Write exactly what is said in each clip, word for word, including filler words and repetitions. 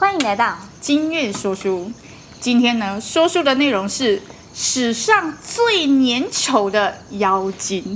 欢迎来到今日说书。今天呢，说书的内容是史上最粘稠的妖精。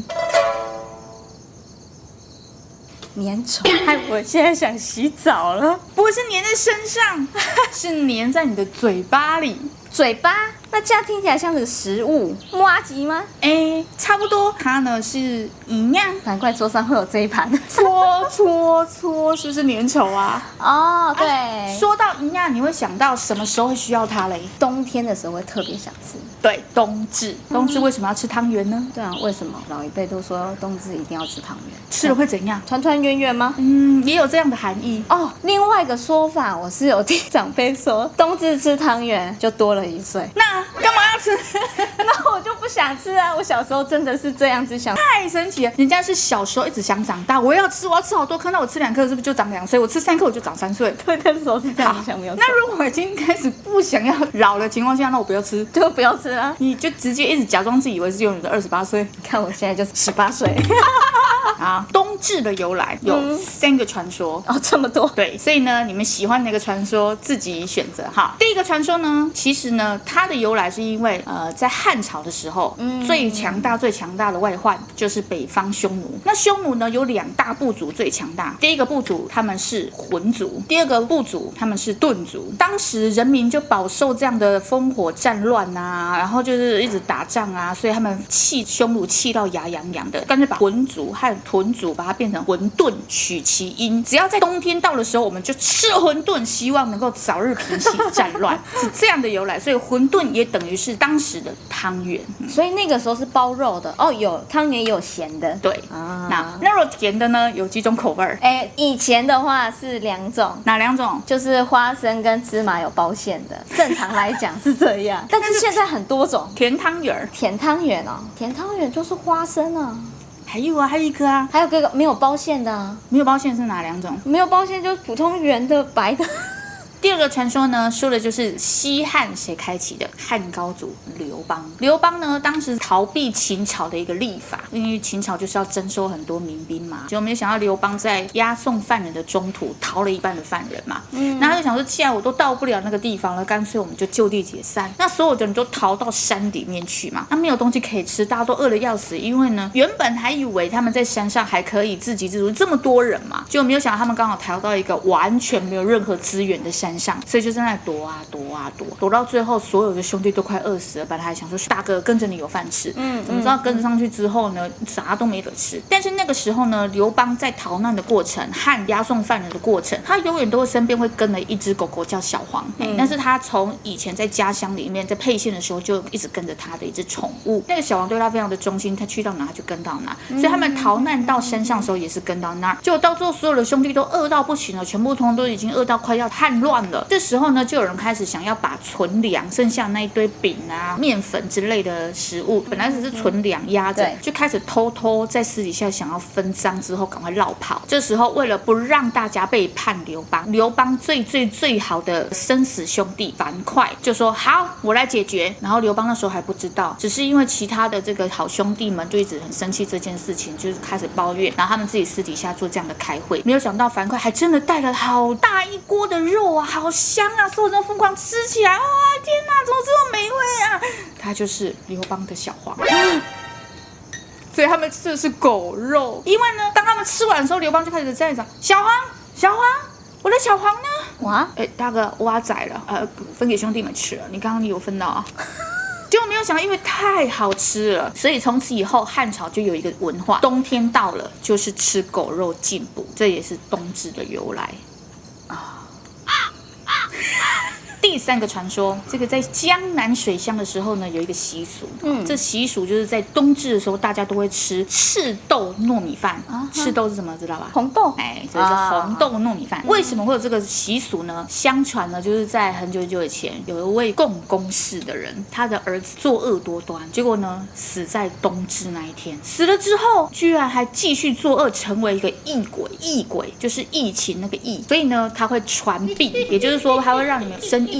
粘稠，害我现在想洗澡了。 不是粘在身上，是粘在你的嘴巴里。 嘴巴，那这样听起来像是食物，麻吉吗？ 哎，差不多。它呢是一样， 难怪桌上会有这一盘。 搓搓搓，是不是粘稠啊？ 哦，对。 啊、说到一样，你会想到什么时候会需要它嘞？ 冬天的时候会特别想吃。 对，冬至。冬至为什么要吃汤圆呢？ 对啊，为什么？老一辈都说冬至一定要吃汤圆， 吃了会怎样？ 团团圆圆吗？ 嗯，也有这样的含义哦。另外一个说法，我是有听长辈说，冬至吃汤圆就多了一岁。 那干嘛要吃？ 那我就不想吃啊！我小时候真的是这样子想， 太神奇了。人家是小时候一直想长大，我要吃，我要吃好多颗，那我吃两颗是不是就长两岁？我吃三颗我就长三岁。 对，那时候是这样想，没有错。 那如果我已经开始不想要老的情况下，那我不要吃， 就不要吃啊！ 你就直接一直假装自己以为是永远的二十八岁。 你看我现在就是十八岁。 啊，冬至的由来有三个传说、 嗯、哦，这么多。 对，所以呢，你们喜欢哪个传说自己选择哈。第一个传说呢，其实呢，它的由来是因为呃，在汉朝的时候，嗯、最强大、最强大的外患就是北方匈奴。那匈奴呢，有两大部族最强大，第一个部族他们是浑族，第二个部族他们是顿族。当时人民就饱受这样的烽火战乱啊，然后就是一直打仗啊，所以他们气匈奴气到牙痒痒的，干脆把浑族和豚族把它变成混沌，取其音。只要在冬天到的时候，我们就吃馄饨，希望能够早日平息战乱，是这样的由来。所以馄饨也等于是当时的汤圆、 嗯，所以那个时候是包肉的哦。有汤圆也有咸的， 对啊。那那如果甜的呢？有几种口味儿？ 哎，以前的话是两种， 哪两种？ 就是花生跟芝麻有包馅的，正常来讲是这样。但是现在很多种甜汤圆， 甜汤圆哦，甜汤圆就是花生啊。 还有啊，还有一颗啊， 还有个没有包馅的啊。 没有包馅是哪两种？ 没有包馅就是普通圆的白的。 第二个传说呢，说的就是西汉谁开启的？汉高祖刘邦。刘邦呢，当时逃避秦朝的一个历法，因为秦朝就是要征收很多民兵嘛，结果没有想到刘邦在押送犯人的中途逃了一半的犯人嘛，嗯，然后他就想说，既然我都到不了那个地方了，干脆我们就就地解散。那所有的人都逃到山里面去嘛，那没有东西可以吃，大家都饿得要死。因为呢，原本还以为他们在山上还可以自给自足，这么多人嘛，结果没有想到他们刚好逃到一个完全没有任何资源的山上，所以就在那里躲啊躲啊躲，躲到最后，所有的兄弟都快饿死了。本来还想说大哥跟着你有饭吃，嗯，怎么知道跟着上去之后呢，啥都没得吃。但是那个时候呢，刘邦在逃难的过程和押送犯人的过程，他永远都会身边会跟了一只狗狗叫小黄，嗯，但是他从以前在家乡里面在配线的时候就一直跟着他的一只宠物。那个小黄对他非常的忠心，他去到哪他就跟到哪，所以他们逃难到山上的时候也是跟到那儿。结果到最后，所有的兄弟都饿到不行了，全部通通都已经饿到快要叛乱了。这时候呢，就有人开始想要把存粮剩下那一堆饼啊、面粉之类的食物，本来只是存粮压着，就开始偷偷在私底下想要分赃，之后赶快绕跑。这时候为了不让大家背叛刘邦，刘邦最最最好的生死兄弟樊哙就说好，我来解决。然后刘邦那时候还不知道，只是因为其他的这个好兄弟们就一直很生气这件事情，就是开始抱怨，然后他们自己私底下做这样的开会。没有想到樊哙还真的带了好大一锅的肉啊，好香啊，所有人疯狂吃起来。哇，天哪，怎么这么美味啊？他就是刘邦的小黄。所以他们吃的是狗肉，因为呢，当他们吃完的时候，刘邦就开始在讲小黄，小黄，我的小黄呢？哇，哎，大哥，挖仔了，呃，分给兄弟们吃了。你刚刚你有分到啊？结果没有想到，因为太好吃了，所以从此以后汉朝就有一个文化，冬天到了就是吃狗肉进补，这也是冬至的由来啊。第三个传说，这个在江南水乡的时候呢，有一个习俗，嗯，这习俗就是在冬至的时候，大家都会吃赤豆糯米饭。啊，赤豆是什么？知道吧？ 红豆。 哎，所以是红豆糯米饭。为什么会有这个习俗呢？相传呢，就是在很久很久以前，有一位共工氏的人，他的儿子作恶多端，结果呢，死在冬至那一天。死了之后，居然还继续作恶，成为一个疫鬼。疫鬼就是疫情那个疫，所以呢，他会传病，也就是说，他会让你们生疫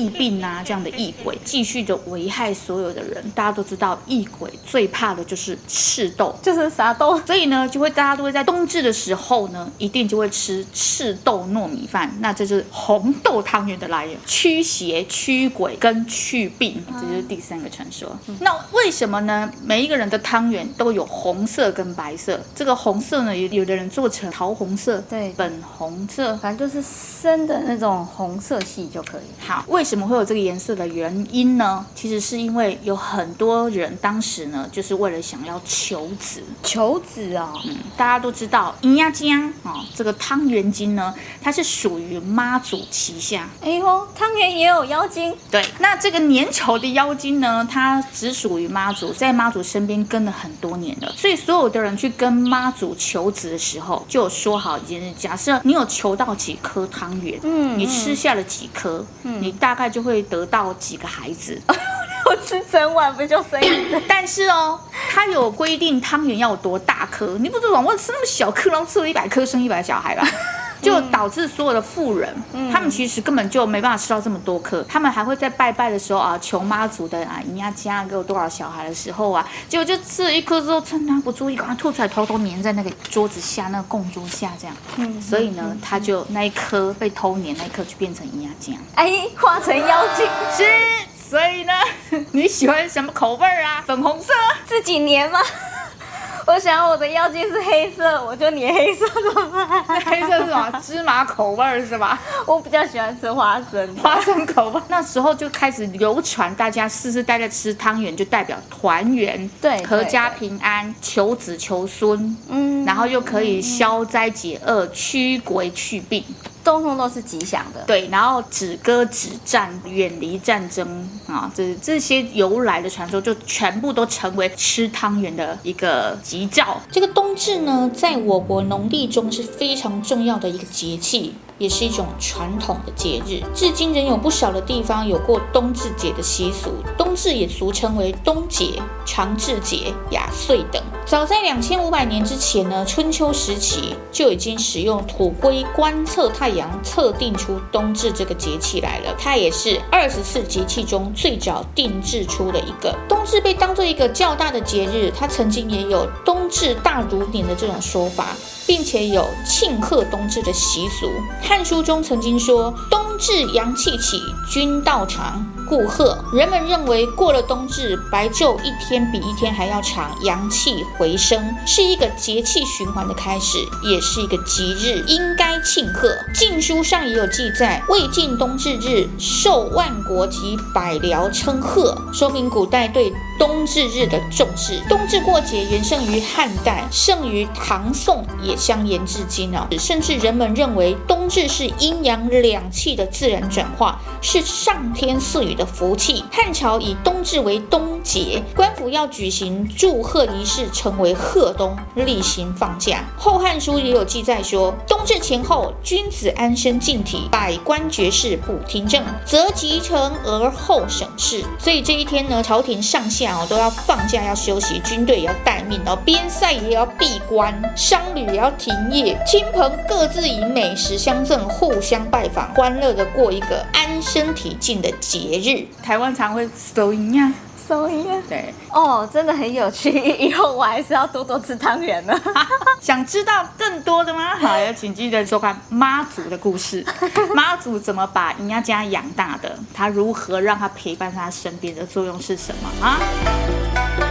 疫病啊这样的疫鬼，继续的危害所有的人。大家都知道，疫鬼最怕的就是赤豆， 就是啥豆， 所以呢，就会大家都会在冬至的时候呢，一定就会吃赤豆糯米饭。那这就是红豆汤圆的来源，驱邪、驱鬼跟祛病，这就是第三个传说。嗯、那为什么呢？每一个人的汤圆都有红色跟白色，这个红色呢，有有的人做成桃红色， 对， 粉红色， 反正就是深的那种红色系就可以。 好，为什么会有这个颜色的原因呢？其实是因为有很多人当时呢，就是为了想要求子。 求子哦， 嗯，大家都知道银鸭浆哦，这个汤圆精呢，它是属于妈祖旗下。 哎呦，汤圆也有妖精。 对，那这个粘稠的妖精呢，它只属于妈祖，在妈祖身边跟了很多年了，所以所有的人去跟妈祖求子的时候，就有说好一件事：假设你有求到几颗汤圆，嗯，你吃下了几颗，嗯，你大概就会得到几个孩子。 我吃整碗不就生一个？ 但是哦，它有规定汤圆要有多大颗，你不知道我吃那么小颗，然后吃了一百颗生一百小孩吧？就导致所有的富人，嗯、他们其实根本就没办法吃到这么多颗，他们还会在拜拜的时候啊，求妈祖的啊，银鸭家给我多少小孩的时候啊，结果就吃了一颗之后，趁他不注意，赶快吐出来，头都粘在那个桌子下，那个供桌下这样。嗯，所以呢，他就那一颗被偷粘，那一颗就变成银鸭家， 哎，化成妖精是。所以呢，你喜欢什么口味啊？粉红色， 自己粘吗？我想我的妖精是黑色，我就粘黑色的。 黑色是什么？芝麻口味是吧？ 我比较喜欢吃花生， 花生口味。那时候就开始流传，大家世世代代吃汤圆就代表团圆， 对， 阖家平安，求子求孙，嗯，然后又可以消灾解厄、驱鬼祛病。 通通都是吉祥的， 对，然后止戈止战，远离战争啊，这这些由来的传说就全部都成为吃汤圆的一个吉兆。这个冬至呢，在我国农历中是非常重要的一个节气，也是一种传统的节日，至今仍有不少的地方有过冬至节的习俗。冬至也俗称为冬节、长至节、雅岁等。早在两千五百年之前呢，春秋时期就已经使用土龟观测太阳，测定出冬至这个节气来了。它也是二十四节气中最早定制出的一个。冬至被当作一个较大的节日，它曾经也有冬至大如年的这种说法，并且有庆贺冬至的习俗。汉书中曾经说，冬至阳气起，君道长，故贺。人们认为过了冬至，白昼一天比一天还要长，阳气回升，是一个节气循环的开始，也是一个吉日，应该庆贺。晋书上也有记载，魏晋冬至日，受万国及百僚称贺，说明古代对冬至日的重视。冬至过节原生于汉代，盛于唐宋，也相沿至今啊。甚至人们认为冬至是阴阳两气的自然转化，是上天赐予的福气。汉朝以冬至为冬节，官府要举行祝贺仪式，称为贺冬，例行放假。后汉书也有记载说，冬至前后，君子安身静体，百官爵士不听政，则集成而后省事。所以这一天呢，朝廷上下、哦、都要放假，要休息，军队也要待命，然后边塞也要闭关，商旅也要停业，亲朋各自以美食相赠，互相拜访，欢乐的过一个安身体静的节日。台湾常会收音啊。 收音对哦，真的很有趣，以后我还是要多多吃汤圆了。 想知道更多的吗？好，要请记得收看妈祖的故事。妈祖怎么把银鸭家养大的？他如何让他陪伴他身边的作用是什么啊？